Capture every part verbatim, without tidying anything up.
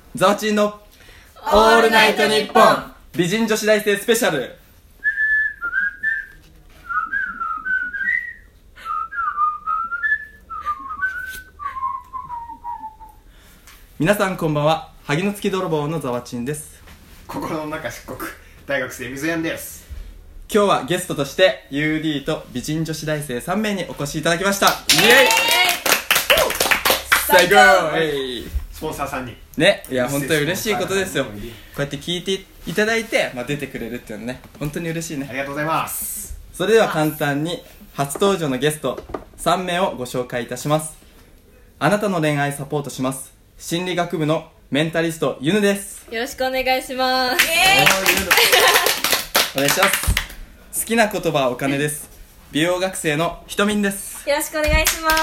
ザワチンのオールナイトニッポン美人女子大生スペシャル。皆さんこんばんは。萩の月泥棒のザワチンです。 心の中漆黒大学生水やんです。 今日はゲストとして ユーディー と美人女子大生さん名にお越しいただきました。イエイ最高。 スポンサーさんにね、いや本当に嬉しいことですよ。こうやって聞いていただいて、まあ、出てくれるっていうのはね、本当に嬉しいね。 ありがとうございます。 それでは簡単に初登場のゲストさん名をご紹介いたします。あなたの恋愛サポートします、心理学部のメンタリストゆぬです。 よろしくお願いします。 お願いします。好きな言葉はお金です。美容学生のひとみんです。 よろしくお願いします。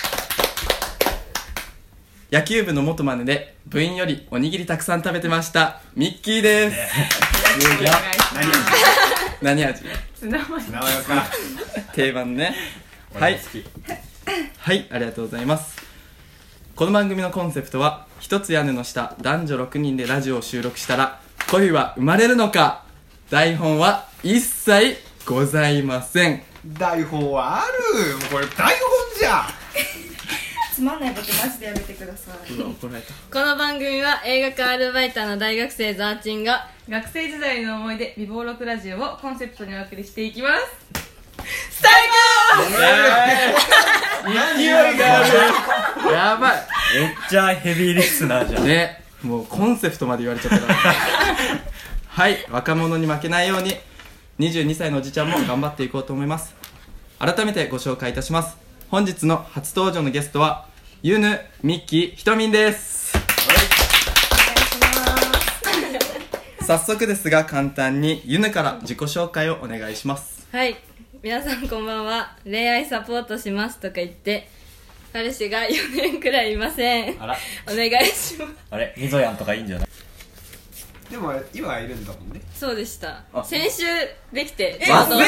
野球部の元マネで部員よりおにぎりたくさん食べてましたミッキーです。何味？何味？ ツナマヨ。 ツナマヨか。 定番ね。はい。はい、ありがとうございます。この番組のコンセプトは、一つ屋根の下男女ろくにんでラジオを収録したら恋は生まれるのか。台本は一切ございません。 台本はある。もうこれ台本じゃん。 つまんないことマジでやめてください。 うわ、怒られた。 この番組は映画科アルバイターの大学生ザーチンが学生時代の思い出美貌録ラジオをコンセプトにお送りしていきます。 最勢いがある。やばい。 めっちゃヘビーリスナーじゃんね、もうコンセプトまで言われちゃったからはい、若者に負けないようににじゅうにさいのおじちゃんも頑張っていこうと思います。改めてご紹介いたします。本日の初登場のゲストはゆぬ、ミッキー、ひとみんです。早速ですが簡単にゆぬから自己紹介をお願いします。 はい、皆さんこんばんは。恋愛サポートしますとか言って彼氏がよねんくらいいません。 あらお願いします。 あれみぞやんとかいいんじゃない？ でも今はいるんだもんね。 そうでした。先週できて忘れるんだよ。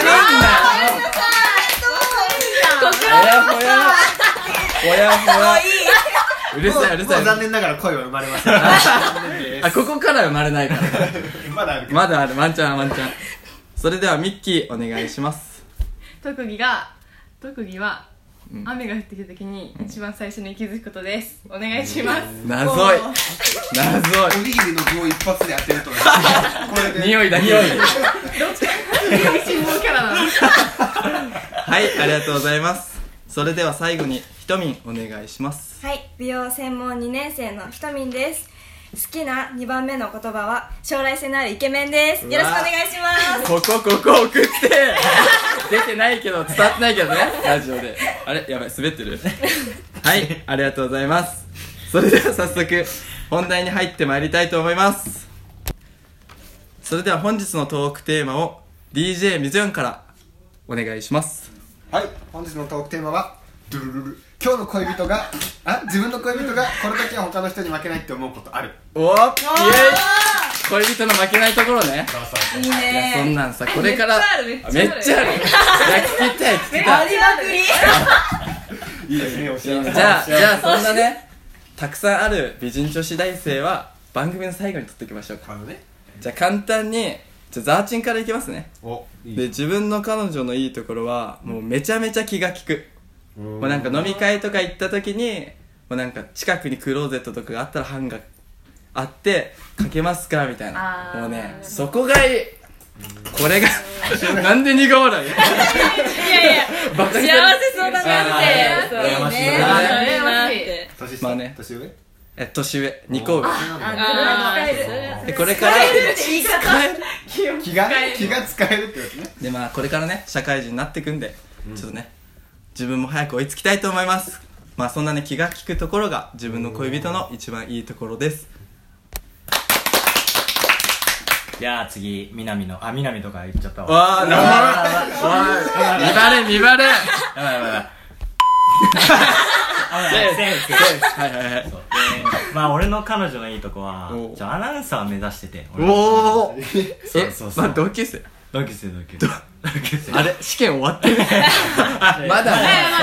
告ほやほやほやほやうるさいうるさい。 もう残念ながら恋は生まれません。残念です。 あ、ここから生まれないからまだあるけど。 まだある。ワンチャンワンチャン。それではミッキーお願いします。 特技が特技は、うん、雨が降ってきた時に一番最初に気づくことです。お願いします。 謎い謎い。 おにぎりの具を一発で当てるとこれで匂いだ匂い。 どっちか新聞キャラなの。 はい、ありがとうございます。それでは最後にひとみんお願いします。 はい、美容専門にねん生のひとみんです。好きなにばんめの言葉は将来性のあるイケメンです。よろしくお願いします。 ここここ送って出てないけど伝わってないけどね、ラジオで。あれやばい、滑ってる。はい、ありがとうございます。それでは早速本題に入ってまいりたいと思います。それでは本日のトークテーマを ディージェー みずよんからお願いします。 はい、本日のトークテーマはドゥルルル。今日の恋人があ自分の恋人がこの時は他の人に負けないって思うことある。 おー、イエイ。恋人の負けないところね。 いいね。 いや、そんなんさ、これからめっちゃあるめっちゃあるめっちゃある。いや、聞きたい聞きたい。 ありまくり。 いいですね、お幸せ。 じゃあ、じゃあそんなね、たくさんある美人女子大生は番組の最後に撮っておきましょうか。 あのね。 じゃあ簡単に、じゃあザーチンからいきますね。 お、いい。 で、自分の彼女のいいところはもうめちゃめちゃ気が利く。もうなんか飲み会とか行った時に、もうなんか近くにクローゼットとかがあったらハンガーあってかけますかみたいな。もうね、そこがいい。これがなんで苦笑い。 いやいやバカ幸せそうだなって。そう羨ましいね。 羨ましい。 年下、 まあね、 年上。 え、年上、にこ上。 あー、 で、これから言い方。 気が気が使えるってことね。 で、まあこれからね、社会人になっていくんで、ちょっとね、自分も早く追いつきたいと思います。まあそんなね、気が利くところが自分の恋人の一番いいところです。 じゃあ次南のあ南とか言っちゃったわ。 わー、なるほど。見バレ見バレ。 やばいやばいやばい。あセーフセーフ。 はいはいはい。 そうでまあ俺の彼女のいいとこはおうちょアナウンサー目指してて。俺おー。 そうそうそうえ、まあ同級生。 同級生同級生同級生あれ試験終わってるあまだまだまだ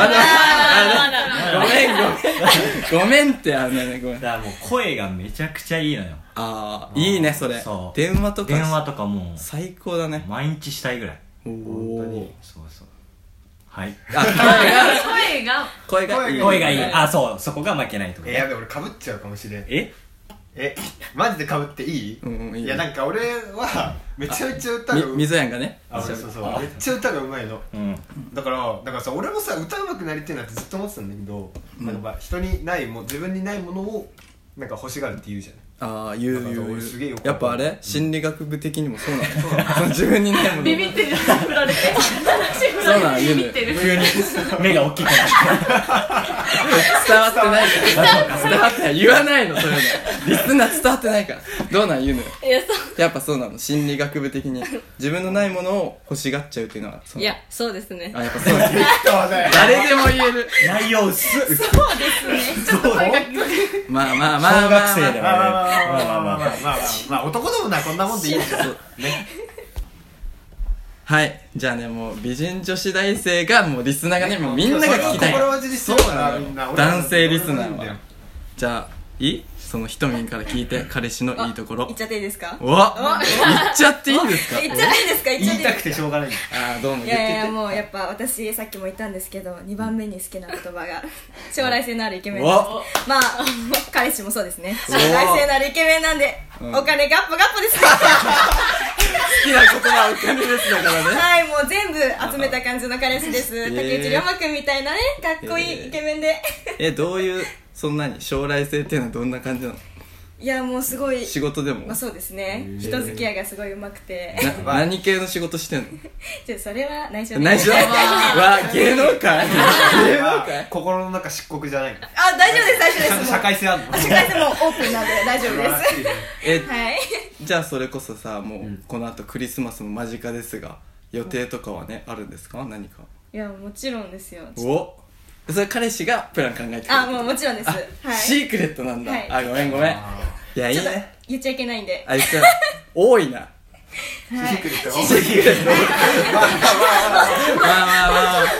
ごめんごめんごめんってあのねごめんだからもう声がめちゃくちゃいいのよ。 ああいいねそれ。 そう電話とか電話とかもう最高だね。 毎日したいぐらい。 おおそうそうはいあ声が声が声がいい声がいい。あそうそこが負けないとこえやべ俺かぶっちゃうかもしれん。 ええマジでかぶっていい？ うんうんいいよいやなんか俺はめちゃめちゃ歌がうみ水やんがねあそうそうそうめっちゃ歌がうまいの。 うんだからだからさ俺もさ歌うまくなりてえなってずっと思ってたんだけど、なんか人にないも自分にないものをなんか欲しがるって言うじゃない。 ああ言う言う俺すげえよくやっぱあれ心理学部的にもそうなのその自分にないものビビってるじゃん振られてそうなの言うのビビってる急に目が大きくなって伝わってないから伝わってない言わないのそういうのリスナー伝わってないからどうなん言うのよ。 いやそやっぱそうなの心理学部的に自分のないものを欲しがっちゃうっていうのはそうなのういやそうですねあやっぱそうなのそうだよ誰でも言える内容薄っまあまあまあ小学生だよね。 まあまあまあまあまあまあまあまあまあまあ男でもなこんなもんでいいですよね。 はいじゃあねもう美人女子大生がもうリスナーがねもうみんなが聞きたい心待ちにしてるからみんな男性リスナー俺はじゃあいいそのひとみんから聞いて彼氏のいいところ言っちゃっていいですか？ お言っちゃっていいですか？ 言っちゃっていいですか？言っちゃっていい言いたくてしょうがないんだ。 あーどうもい言っててやいやもうやっぱ私さっきも言ったんですけどにばんめに好きな言葉が将来性のあるイケメンです。 おまあ彼氏もそうですね。将来性のあるイケメンなんでうんお金ガッポガッポですね。 好きな言葉はお金ですだからねはいもう全部集めた感じの彼氏です。 ー竹内涼真くんみたいなねかっこいいイケメンで。 えどういうそんなに将来性っていうのはどんな感じなの？ いやもうすごい仕事でもまあそうですね。人付き合いがすごい上手くて。 な何系の仕事してんの？ ちょそれは内緒で。 内緒わ芸能界芸能界心の中漆黒じゃないの。 あ大丈夫です大丈夫です。 ちゃんと社会性あるの。 社会性もオープンなんで大丈夫です。 えはい。 じゃあそれこそさもうこの後クリスマスも間近ですが予定とかはねあるんですか？何かいやもちろんですよ。 おそれ彼氏がプラン考えてくれるあもうもちろんです。 あはい。 シークレットなんだ、 はいあごめんごめんいやいいちょっとね言っちゃいけないんで。 あいつは多いなはいシークレットシークレットまあまあまあ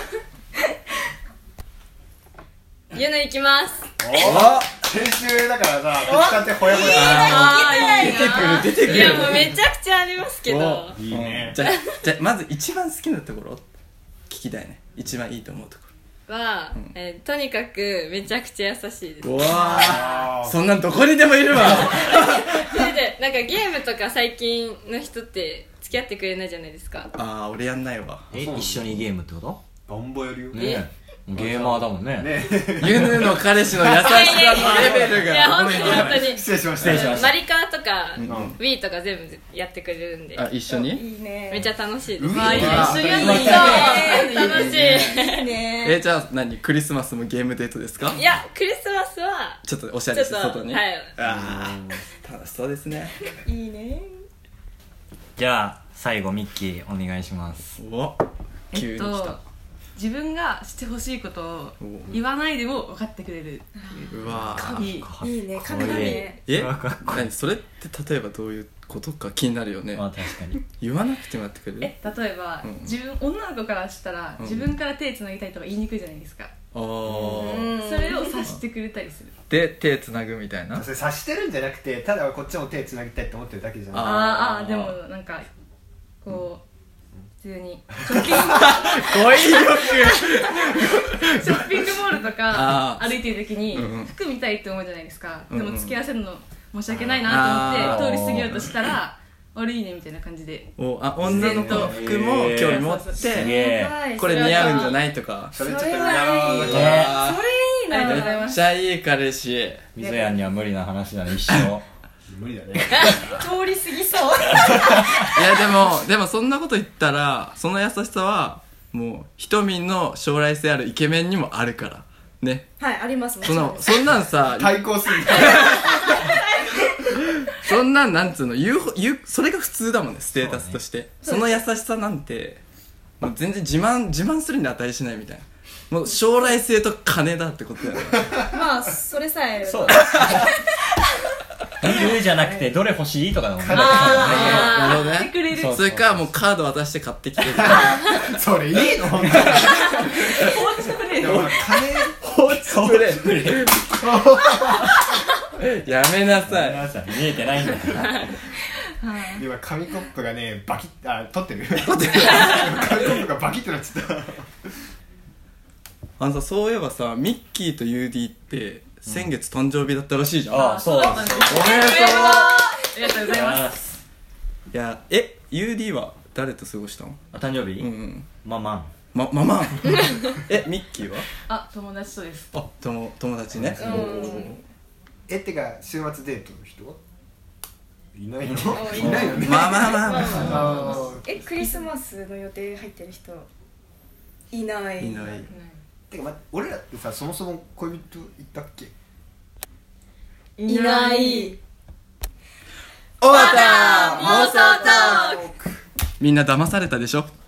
言うのいきますお先週だからさ出来たてほやほやあ出てくる出てくるいやもうめちゃくちゃありますけどおいいねうんじゃあじゃあまず一番好きなところ聞きたいね一番いいと思うとこは、えーとにかくめちゃくちゃ優しいですろうわーそんなんどこにでもいるわそれでなんかゲームとか最近の人って付き合ってくれないじゃないですか。 あー俺やんないわえ一緒にゲームってことバンボやるよねえゲーマーだもんねねユヌの彼氏の優しさのレベルいやが本当に本当に失礼しました失礼しましたマリカーとか、 うん Wii とか全部やってくれるんであ一緒にいいね。 めっちゃ楽しいです。 うわあいいねうわ一緒にやるのいいいいね楽しい。 いいね。 えじゃあ何クリスマスもゲームデートですかいやクリスマスはちょっとおしゃれしてちょっと外にはいあー楽しそうですねいいね。 じゃあ最後ミッキーお願いしますおえっ急に来たと自分がしてほしいことを言わないでも分かってくれるうわーいいいいね。神だね。 えかっこいい何それって例えばどういうことか気になるよねまあ確かに言わなくてもやってくれるえ例えば、 うん自分女の子からしたら、 うん自分から手つなぎたいとか言いにくいじゃないですか、 あーうんそれを察してくれたりするで手つなぐみたいなそれ察してるんじゃなくてただこっちも手つなぎたいって思ってるだけじゃんああーあーでもなんかこう普通にショッピング語彙力ショッピングモールとあーか歩いてる時にうんうん服見たいって思うじゃないですか、 うんうんでも付き合わせるの申し訳ないなとあー思って通り過ぎようとしたら悪いねみたいな感じでおあ女の子の服も興味持っすてげえはいこれ似合うんじゃないとかそれちょっと見それはいい習わなきゃわそれいいありがとうごな。 ざいますめっちゃいい彼氏水やんには無理な話だね一生無理だね通り過ぎそう。 いやでもでもそんなこと言ったらその優しさはもうひとみんの将来性あるイケメンにもあるからねはいあります。 そのそんなんさ対抗するそんなんなんつうの言うほ言うそれが普通だもんねステータスとしてそ,、の優しさなんてもう全然自慢自慢するに値しないみたいなもう将来性と金だってことだよねまあそれさえ。 そう本言うじゃなくてどれ欲しいとかだもんね。 なるほどね。 くれる。 それかもうカード渡して買ってきてる。 それいいの本当に。いやほら金放置スプレー。やめなさい。 皆さん見えてないんだよ。 今紙コップがねバキッあ取ってる取ってる紙コップがバキッてなっちゃった。 あのさ、そういえばさ、ミッキーと ユーディー って先月誕生日だったらしいじゃん。 ああ、そうなんです。 おめでとう。 ありがとうございます。 いや、え、ユーディー は誰と過ごしたの？ お誕生日？ うんうん。 まあまま、ママえ、ミッキーは？ あ、友達とです。 あ、とも友達ね。 えってか週末デートの人はいないの？いないよね。 まあまあまあまあ。 あえクリスマスの予定入ってる人いないいない。 ーてかま俺らってさそもそも恋人いたっけ？ いない終わったー。 妄想トークみんな騙されたでしょ？